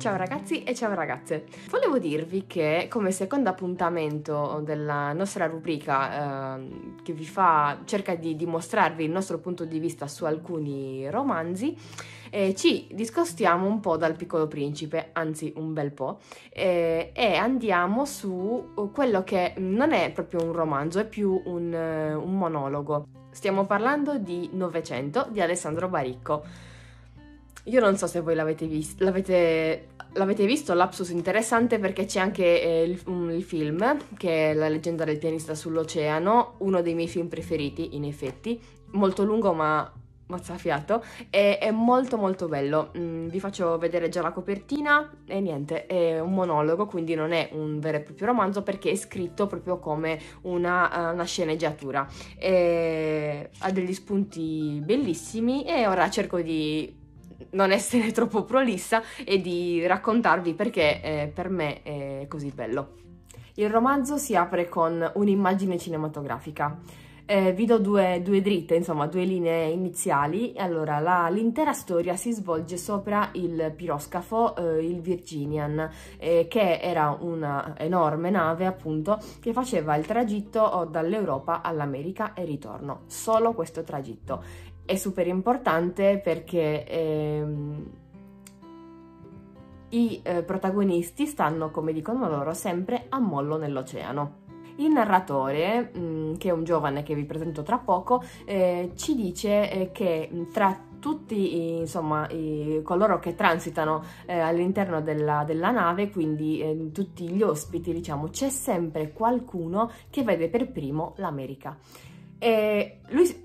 Ciao ragazzi e ciao ragazze, volevo dirvi che come secondo appuntamento della nostra rubrica che cerca di dimostrarvi il nostro punto di vista su alcuni romanzi, ci discostiamo un po' dal Piccolo Principe, anzi un bel po', e andiamo su quello che non è proprio un romanzo, è più un monologo. Stiamo parlando di Novecento di Alessandro Baricco. Io non so se voi l'avete visto, lapsus interessante, perché c'è anche il film, che è La leggenda del pianista sull'oceano, uno dei miei film preferiti, in effetti, molto lungo ma mozzafiato, e è molto molto bello. Vi faccio vedere già la copertina e niente, è un monologo, quindi non è un vero e proprio romanzo perché è scritto proprio come una sceneggiatura. Ha degli spunti bellissimi e ora cerco di non essere troppo prolissa e di raccontarvi perché per me è così bello. Il romanzo si apre con un'immagine cinematografica. Vi do due dritte, insomma, due linee iniziali. Allora, l'intera storia si svolge sopra il piroscafo, il Virginian, che era una enorme nave, appunto, che faceva il tragitto dall'Europa all'America e ritorno. Solo questo tragitto. È super importante perché i protagonisti stanno, come dicono loro, sempre a mollo nell'oceano. Il narratore, che è un giovane che vi presento tra poco, ci dice che tra tutti insomma, coloro che transitano all'interno della nave, quindi tutti gli ospiti, diciamo, c'è sempre qualcuno che vede per primo l'America. E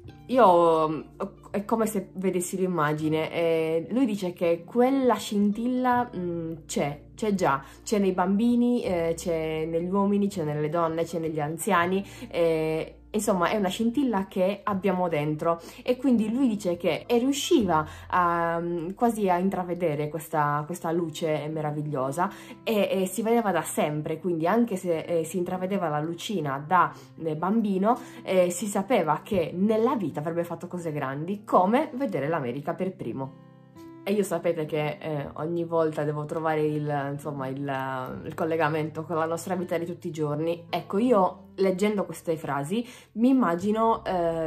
è come se vedessi l'immagine. Lui dice che quella scintilla c'è già, c'è nei bambini, c'è negli uomini, c'è nelle donne, c'è negli anziani. Insomma, è una scintilla che abbiamo dentro, e quindi lui dice che riusciva quasi a intravedere questa luce meravigliosa e si vedeva da sempre, quindi anche se si intravedeva la lucina da bambino, si sapeva che nella vita avrebbe fatto cose grandi, come vedere l'America per primo. E io sapete che ogni volta devo trovare il collegamento con la nostra vita di tutti i giorni. Ecco, io leggendo queste frasi mi immagino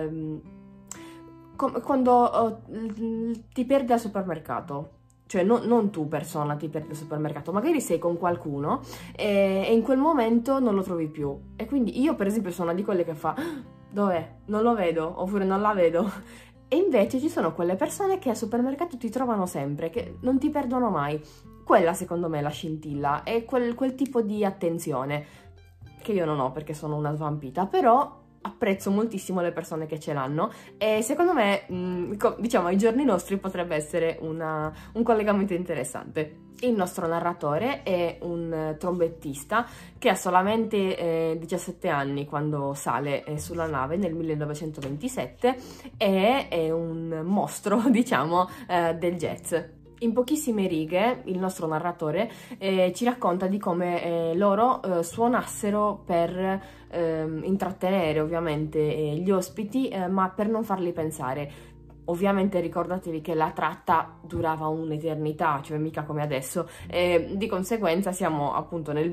quando ti perdi al supermercato. Cioè non tu persona ti perdi al supermercato, magari sei con qualcuno e in quel momento non lo trovi più. E quindi io per esempio sono una di quelle che fa: dov'è? Non lo vedo, oppure non la vedo. E invece ci sono quelle persone che al supermercato ti trovano sempre, che non ti perdono mai. Quella secondo me è la scintilla, è quel tipo di attenzione che io non ho perché sono una svampita, però apprezzo moltissimo le persone che ce l'hanno e secondo me, diciamo, ai giorni nostri potrebbe essere un collegamento interessante. Il nostro narratore è un trombettista che ha solamente 17 anni quando sale sulla nave nel 1927 e è un mostro, diciamo, del jazz. In pochissime righe il nostro narratore ci racconta di come loro suonassero per intrattenere ovviamente gli ospiti, ma per non farli pensare. Ovviamente ricordatevi che la tratta durava un'eternità, cioè mica come adesso, di conseguenza siamo appunto nel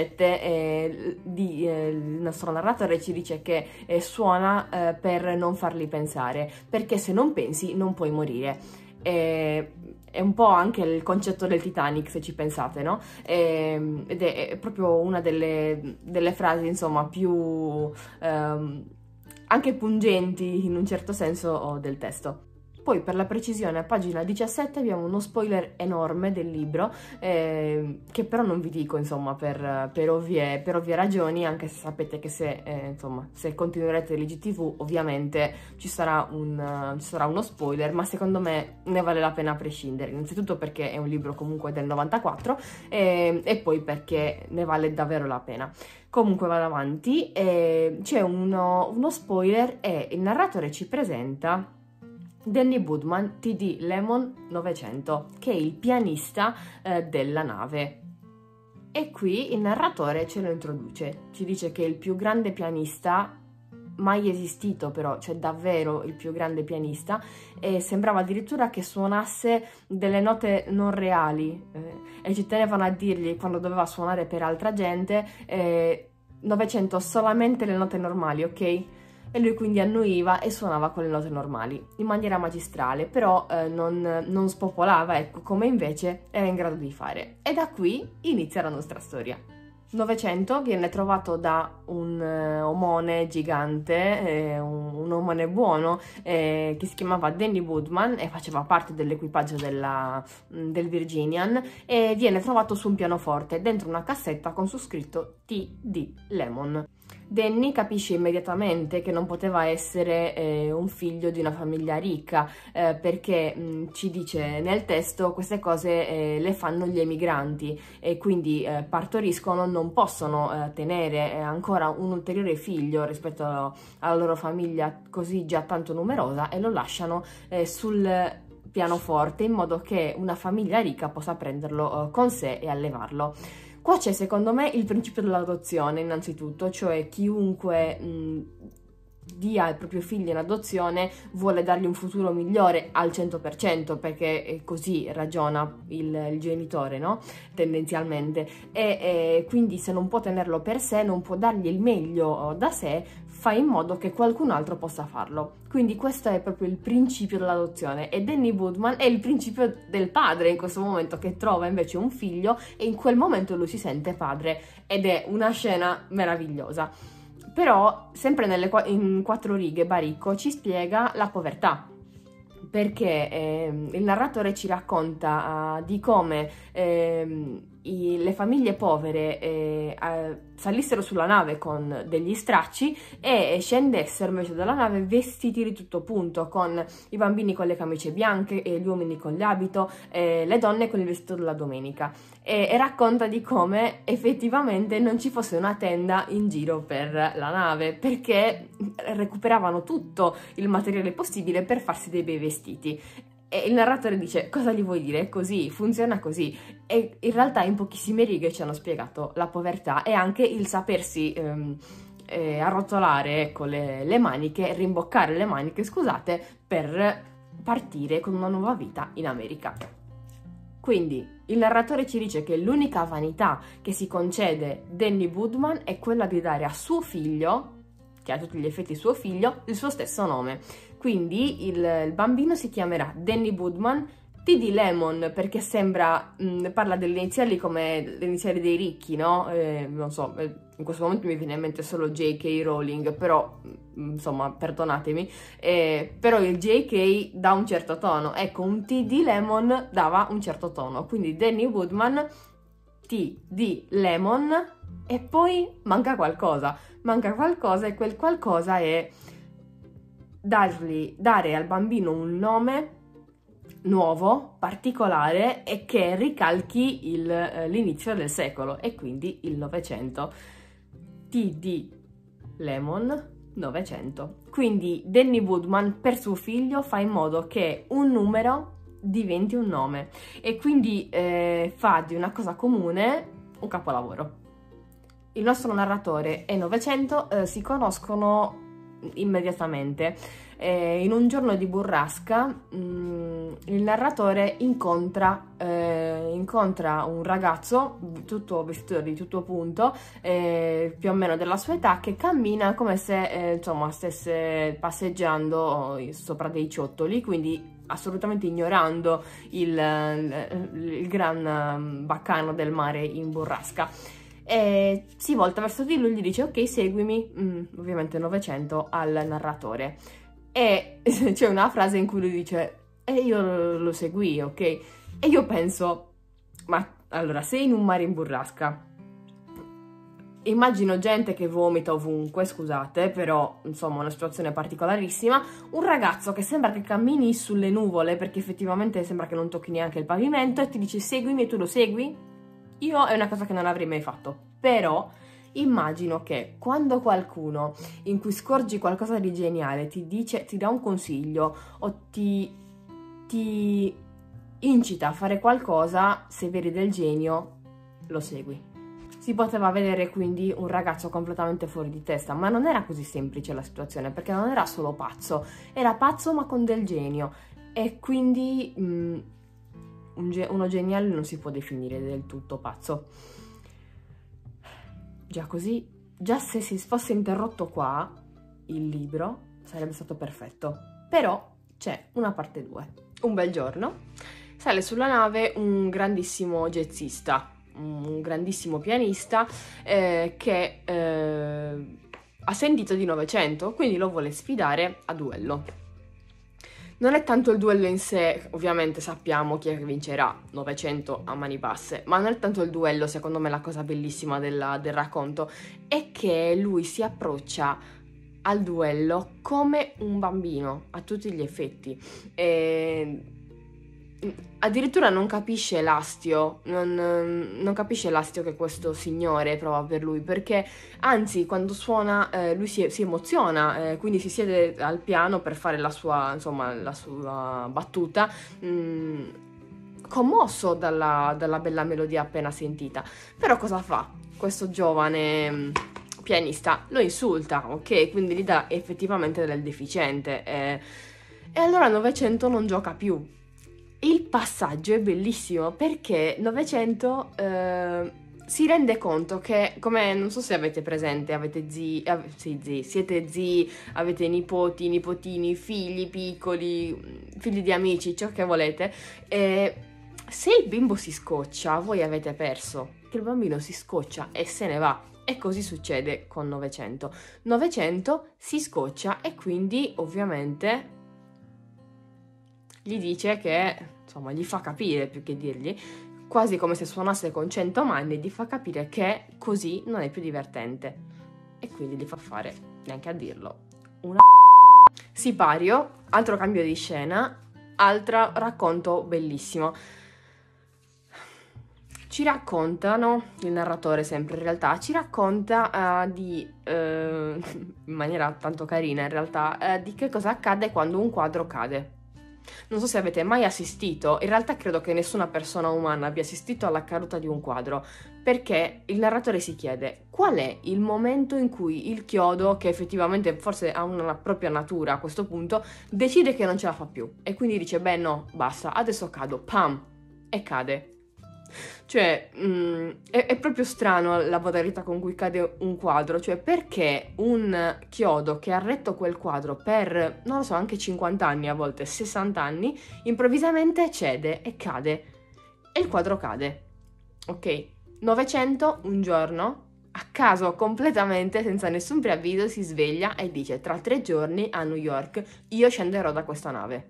27, il nostro narratore ci dice che suona per non farli pensare, perché se non pensi non puoi morire. È un po' anche il concetto del Titanic, se ci pensate, no? Ed è proprio una delle frasi, insomma, più anche pungenti in un certo senso del testo. Poi per la precisione a pagina 17 abbiamo uno spoiler enorme del libro, che però non vi dico, insomma, per ovvie ragioni, anche se sapete che se continuerete l'IGTV ovviamente ci sarà uno spoiler, ma secondo me ne vale la pena a prescindere, innanzitutto perché è un libro comunque del 94 e poi perché ne vale davvero la pena. Comunque vado avanti, c'è uno spoiler e il narratore ci presenta Danny Woodman, TD Lemon 900, che è il pianista della nave. E qui il narratore ce lo introduce, ci dice che è il più grande pianista mai esistito però, cioè davvero il più grande pianista, e sembrava addirittura che suonasse delle note non reali, e ci tenevano a dirgli quando doveva suonare per altra gente, Novecento solamente le note normali, ok? E lui quindi annuiva e suonava con le note normali, in maniera magistrale, però non spopolava, ecco, come invece era in grado di fare. E da qui inizia la nostra storia. Novecento viene trovato da un omone gigante, un omone buono, che si chiamava Danny Woodman e faceva parte dell'equipaggio del Virginian, e viene trovato su un pianoforte dentro una cassetta con su scritto T.D. Lemon. Danny capisce immediatamente che non poteva essere un figlio di una famiglia ricca, perché ci dice nel testo queste cose le fanno gli emigranti, e quindi partoriscono, non possono tenere ancora un ulteriore figlio rispetto alla loro famiglia così già tanto numerosa, e lo lasciano sul pianoforte in modo che una famiglia ricca possa prenderlo con sé e allevarlo. Qua c'è secondo me il principio dell'adozione innanzitutto, cioè chiunque dia il proprio figlio in adozione vuole dargli un futuro migliore al 100%, perché così ragiona il genitore, no? Tendenzialmente, e quindi se non può tenerlo per sé, non può dargli il meglio da sé, fa in modo che qualcun altro possa farlo. Quindi questo è proprio il principio dell'adozione, e Danny Woodman è il principio del padre in questo momento, che trova invece un figlio e in quel momento lui si sente padre, ed è una scena meravigliosa. Però sempre in 4 righe Baricco ci spiega la povertà, perché il narratore ci racconta di come le famiglie povere salissero sulla nave con degli stracci e scendessero invece dalla nave vestiti di tutto punto, con i bambini con le camicie bianche e gli uomini con l'abito, le donne con il vestito della domenica, e racconta di come effettivamente non ci fosse una tenda in giro per la nave, perché recuperavano tutto il materiale possibile per farsi dei bei vestiti. E il narratore dice: cosa gli vuoi dire? È così, funziona così. E in realtà in pochissime righe ci hanno spiegato la povertà e anche il sapersi arrotolare, ecco, le maniche, rimboccare le maniche, scusate, per partire con una nuova vita in America. Quindi il narratore ci dice che l'unica vanità che si concede Danny Woodman è quella di dare a suo figlio, che ha a tutti gli effetti suo figlio, il suo stesso nome. Quindi il bambino si chiamerà Danny Woodman, T.D. Lemon, perché sembra, parla delle iniziali come le iniziali dei ricchi, no? Non so, in questo momento mi viene in mente solo J.K. Rowling, però, insomma, perdonatemi, però il J.K. dà un certo tono, ecco, un T.D. Lemon dava un certo tono, quindi Danny Woodman, T.D. Lemon, e poi manca qualcosa, e quel qualcosa è dare al bambino un nome nuovo, particolare, e che ricalchi l'inizio del secolo, e quindi il Novecento. T.D. Lemon, Novecento. Quindi Danny Woodman per suo figlio fa in modo che un numero diventi un nome, e quindi fa di una cosa comune un capolavoro. Il nostro narratore e Novecento si conoscono immediatamente. In un giorno di burrasca il narratore incontra un ragazzo tutto vestito di tutto punto, più o meno della sua età, che cammina come se insomma stesse passeggiando sopra dei ciottoli, quindi assolutamente ignorando il gran baccano del mare in burrasca. E si volta verso di lui e gli dice: ok, seguimi, ovviamente Novecento al narratore, e c'è una frase in cui lui dice: e io lo seguì, ok? E io penso: ma allora, sei in un mare in burrasca, immagino gente che vomita ovunque, scusate, però insomma una situazione particolarissima, un ragazzo che sembra che cammini sulle nuvole, perché effettivamente sembra che non tocchi neanche il pavimento, e ti dice seguimi, e tu lo segui? Io è una cosa che non avrei mai fatto, però immagino che quando qualcuno in cui scorgi qualcosa di geniale ti dà un consiglio o ti incita a fare qualcosa, se vedi del genio, lo segui. Si poteva vedere quindi un ragazzo completamente fuori di testa, ma non era così semplice la situazione, perché non era solo pazzo, era pazzo ma con del genio, e quindi uno geniale non si può definire del tutto pazzo. Già così, già se si fosse interrotto qua il libro sarebbe stato perfetto, però c'è una parte 2. Un bel giorno sale sulla nave un grandissimo jazzista, un grandissimo pianista che ha sentito di Novecento, quindi lo vuole sfidare a duello. Non è tanto il duello in sé, ovviamente sappiamo chi è che vincerà, Novecento a mani basse, ma non è tanto il duello, secondo me la cosa bellissima del racconto è che lui si approccia al duello come un bambino, a tutti gli effetti. Addirittura non capisce l'astio, non capisce l'astio che questo signore prova per lui, perché anzi quando suona lui si emoziona, quindi si siede al piano per fare la sua battuta, commosso dalla bella melodia appena sentita. Però cosa fa? Questo giovane pianista lo insulta, ok? Quindi gli dà effettivamente del deficiente, e allora Novecento non gioca più. Il passaggio è bellissimo perché Novecento si rende conto che, come non so se avete presente, avete siete zii, avete nipoti, nipotini, figli piccoli, figli di amici, ciò che volete, se il bimbo si scoccia, voi avete perso, che il bambino si scoccia e se ne va. E così succede con Novecento. Novecento si scoccia e quindi ovviamente gli dice che, insomma, gli fa capire, più che dirgli, quasi come se suonasse con 100 mani, gli fa capire che così non è più divertente. E quindi gli fa fare, neanche a dirlo, una sipario, altro cambio di scena, altro racconto bellissimo. Ci raccontano, il narratore sempre in realtà, ci racconta in maniera tanto carina in realtà, di che cosa accade quando un quadro cade. Non so se avete mai assistito, in realtà credo che nessuna persona umana abbia assistito alla caduta di un quadro, perché il narratore si chiede qual è il momento in cui il chiodo, che effettivamente forse ha una propria natura a questo punto, decide che non ce la fa più e quindi dice beh no, basta, adesso cado, pam, e cade. Cioè, è proprio strano la modalità con cui cade un quadro, cioè perché un chiodo che ha retto quel quadro per, non lo so, anche 50 anni, a volte 60 anni, improvvisamente cede e cade. E il quadro cade. Ok? Novecento, un giorno, a caso completamente, senza nessun preavviso, si sveglia e dice tra 3 giorni a New York io scenderò da questa nave.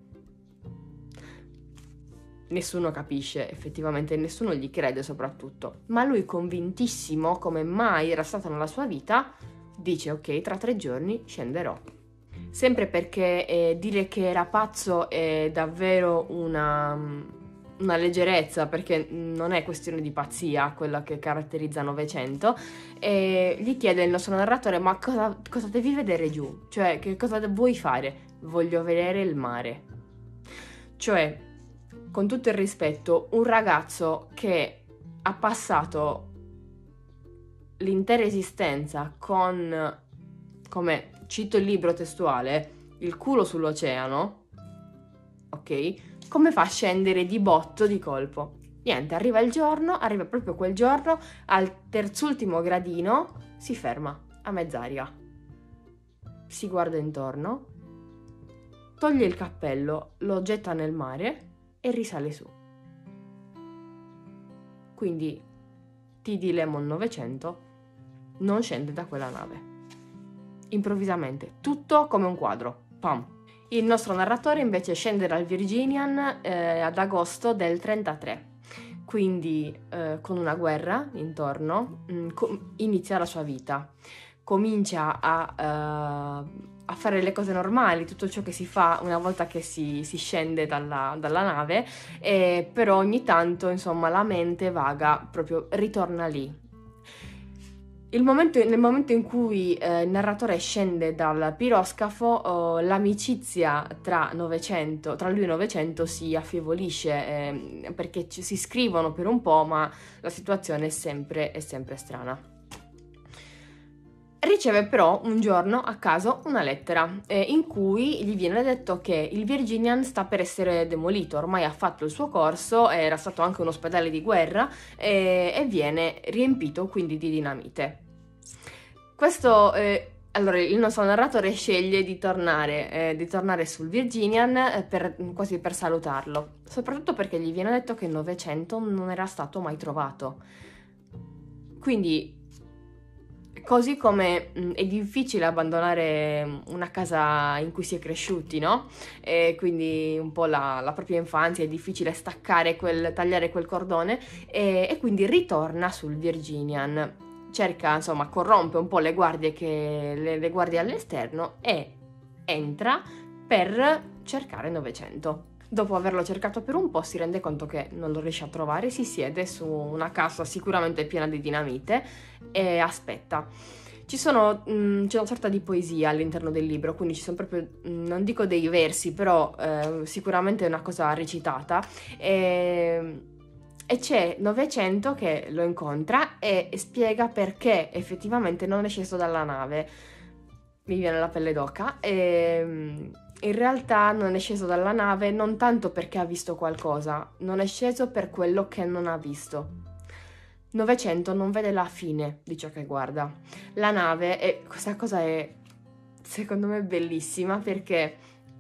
Nessuno capisce, effettivamente nessuno gli crede soprattutto, ma lui convintissimo come mai era stato nella sua vita, dice ok, tra 3 giorni scenderò. Sempre perché dire che era pazzo è davvero una leggerezza, perché non è questione di pazzia quella che caratterizza Novecento, e gli chiede il nostro narratore ma cosa devi vedere giù? Cioè che cosa vuoi fare? Voglio vedere il mare. Cioè, con tutto il rispetto, un ragazzo che ha passato l'intera esistenza con, come cito il libro testuale, il culo sull'oceano, ok? Come fa a scendere di botto di colpo? Niente, arriva proprio quel giorno, al terzultimo gradino, si ferma a mezz'aria, si guarda intorno, toglie il cappello, lo getta nel mare e risale su. Quindi T.D. Lemon Novecento non scende da quella nave. Improvvisamente, tutto come un quadro. Pam! Il nostro narratore invece scende dal Virginian ad agosto del 33. Quindi con una guerra intorno inizia la sua vita. Comincia a fare le cose normali, tutto ciò che si fa una volta che si scende dalla nave, però ogni tanto, insomma, la mente vaga proprio ritorna lì. nel momento in cui il narratore scende dal piroscafo, l'amicizia tra lui e Novecento si affievolisce, perché si scrivono per un po', ma la situazione è sempre strana. Riceve però un giorno a caso una lettera in cui gli viene detto che il Virginian sta per essere demolito, ormai ha fatto il suo corso, era stato anche un ospedale di guerra e viene riempito quindi di dinamite. Allora il nostro narratore sceglie di tornare sul Virginian quasi per salutarlo, soprattutto perché gli viene detto che il Novecento non era stato mai trovato. Quindi, così come è difficile abbandonare una casa in cui si è cresciuti, no? E quindi un po' la propria infanzia, è difficile tagliare quel cordone e quindi ritorna sul Virginian. Cerca, insomma, corrompe un po' le guardie all'esterno e entra per cercare Novecento. Dopo averlo cercato per un po' si rende conto che non lo riesce a trovare, si siede su una casa sicuramente piena di dinamite e aspetta. C'è una sorta di poesia all'interno del libro, quindi ci sono proprio, non dico dei versi, però sicuramente è una cosa recitata. E c'è Novecento che lo incontra e spiega perché effettivamente non è sceso dalla nave. Mi viene la pelle d'oca. In realtà non è sceso dalla nave non tanto perché ha visto qualcosa, non è sceso per quello che non ha visto. Novecento non vede la fine di ciò che guarda. La nave, e questa cosa è secondo me bellissima perché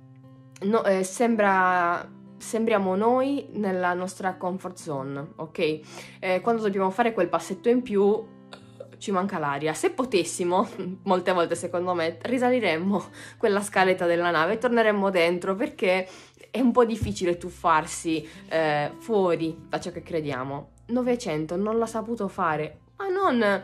sembriamo noi nella nostra comfort zone, ok? Quando dobbiamo fare quel passetto in più ci manca l'aria. Se potessimo, molte volte secondo me, risaliremmo quella scaletta della nave e torneremmo dentro perché è un po' difficile tuffarsi fuori da ciò che crediamo. Novecento non l'ha saputo fare, ma non...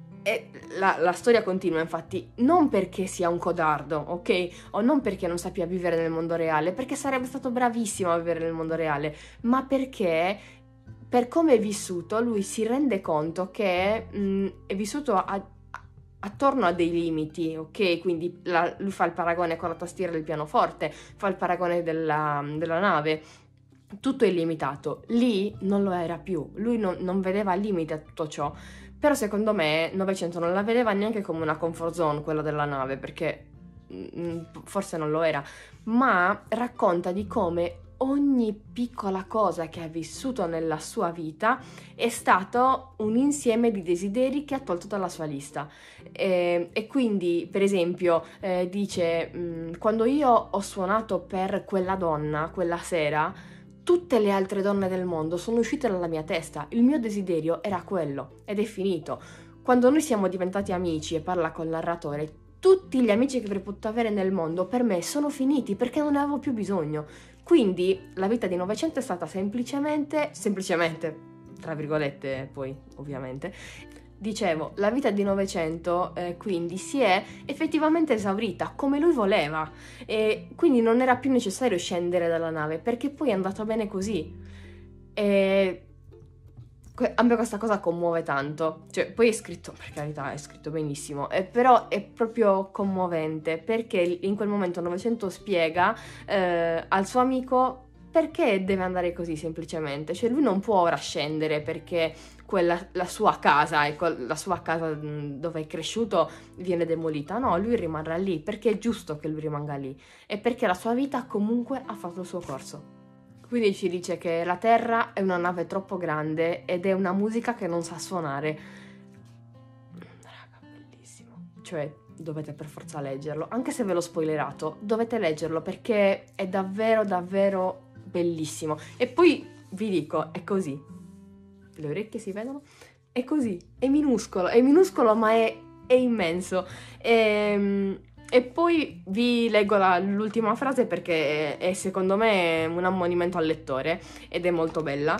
la storia continua infatti, non perché sia un codardo, ok? O non perché non sappia vivere nel mondo reale, perché sarebbe stato bravissimo a vivere nel mondo reale, ma perché per come è vissuto lui si rende conto che è vissuto attorno a dei limiti, ok? Quindi lui fa il paragone con la tastiera del pianoforte, fa il paragone della nave. Tutto è limitato, lì non lo era più, lui non vedeva limite a tutto ciò. Però secondo me Novecento non la vedeva neanche come una comfort zone quella della nave, perché forse non lo era, ma racconta di come ogni piccola cosa che ha vissuto nella sua vita è stato un insieme di desideri che ha tolto dalla sua lista. E quindi, per esempio, dice, quando io ho suonato per quella donna, quella sera, tutte le altre donne del mondo sono uscite dalla mia testa, il mio desiderio era quello ed è finito. Quando noi siamo diventati amici e parla col narratore, tutti gli amici che avrei potuto avere nel mondo per me sono finiti perché non ne avevo più bisogno. Quindi la vita di Novecento è stata semplicemente, tra virgolette poi ovviamente, dicevo, la vita di Novecento quindi si è effettivamente esaurita come lui voleva e quindi non era più necessario scendere dalla nave perché poi è andato bene così. E a me questa cosa commuove tanto, cioè poi è scritto, per carità, è scritto benissimo, però è proprio commovente perché in quel momento Novecento spiega al suo amico perché deve andare così semplicemente, cioè lui non può ora scendere perché la sua casa, ecco, la sua casa dove è cresciuto viene demolita, no, lui rimarrà lì perché è giusto che lui rimanga lì e perché la sua vita comunque ha fatto il suo corso. Quindi ci dice che la Terra è una nave troppo grande ed è una musica che non sa suonare. Raga, bellissimo. Cioè, dovete per forza leggerlo. Anche se ve l'ho spoilerato, dovete leggerlo perché è davvero, davvero bellissimo. E poi vi dico, è così. Le orecchie si vedono? È così. È minuscolo ma è immenso. E poi vi leggo l'ultima frase perché è secondo me un ammonimento al lettore ed è molto bella.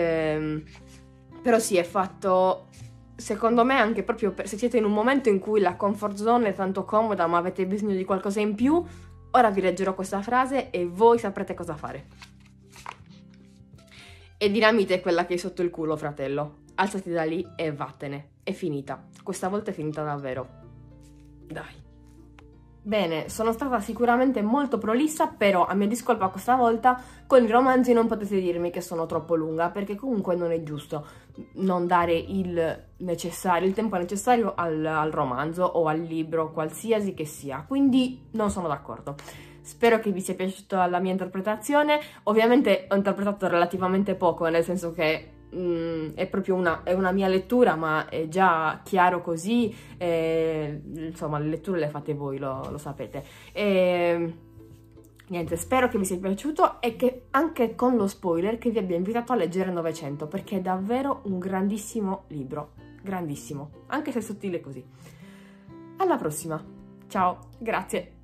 Però sì, è fatto secondo me anche proprio se siete in un momento in cui la comfort zone è tanto comoda ma avete bisogno di qualcosa in più, ora vi leggerò questa frase e voi saprete cosa fare. E dinamite è quella che hai sotto il culo, fratello. alzati da lì e vattene. È finita. Questa volta è finita davvero. Dai. Bene, sono stata sicuramente molto prolissa, però a mia discolpa questa volta con i romanzi non potete dirmi che sono troppo lunga, perché comunque non è giusto non dare il tempo necessario al romanzo o al libro, qualsiasi che sia, quindi non sono d'accordo. Spero che vi sia piaciuta la mia interpretazione. Ovviamente ho interpretato relativamente poco, nel senso che è proprio una mia lettura, ma è già chiaro così, insomma le letture le fate voi, lo sapete. Niente, spero che vi sia piaciuto e che anche con lo spoiler che vi abbia invitato a leggere Novecento, perché è davvero un grandissimo libro, grandissimo, anche se è sottile così. Alla prossima, ciao, grazie!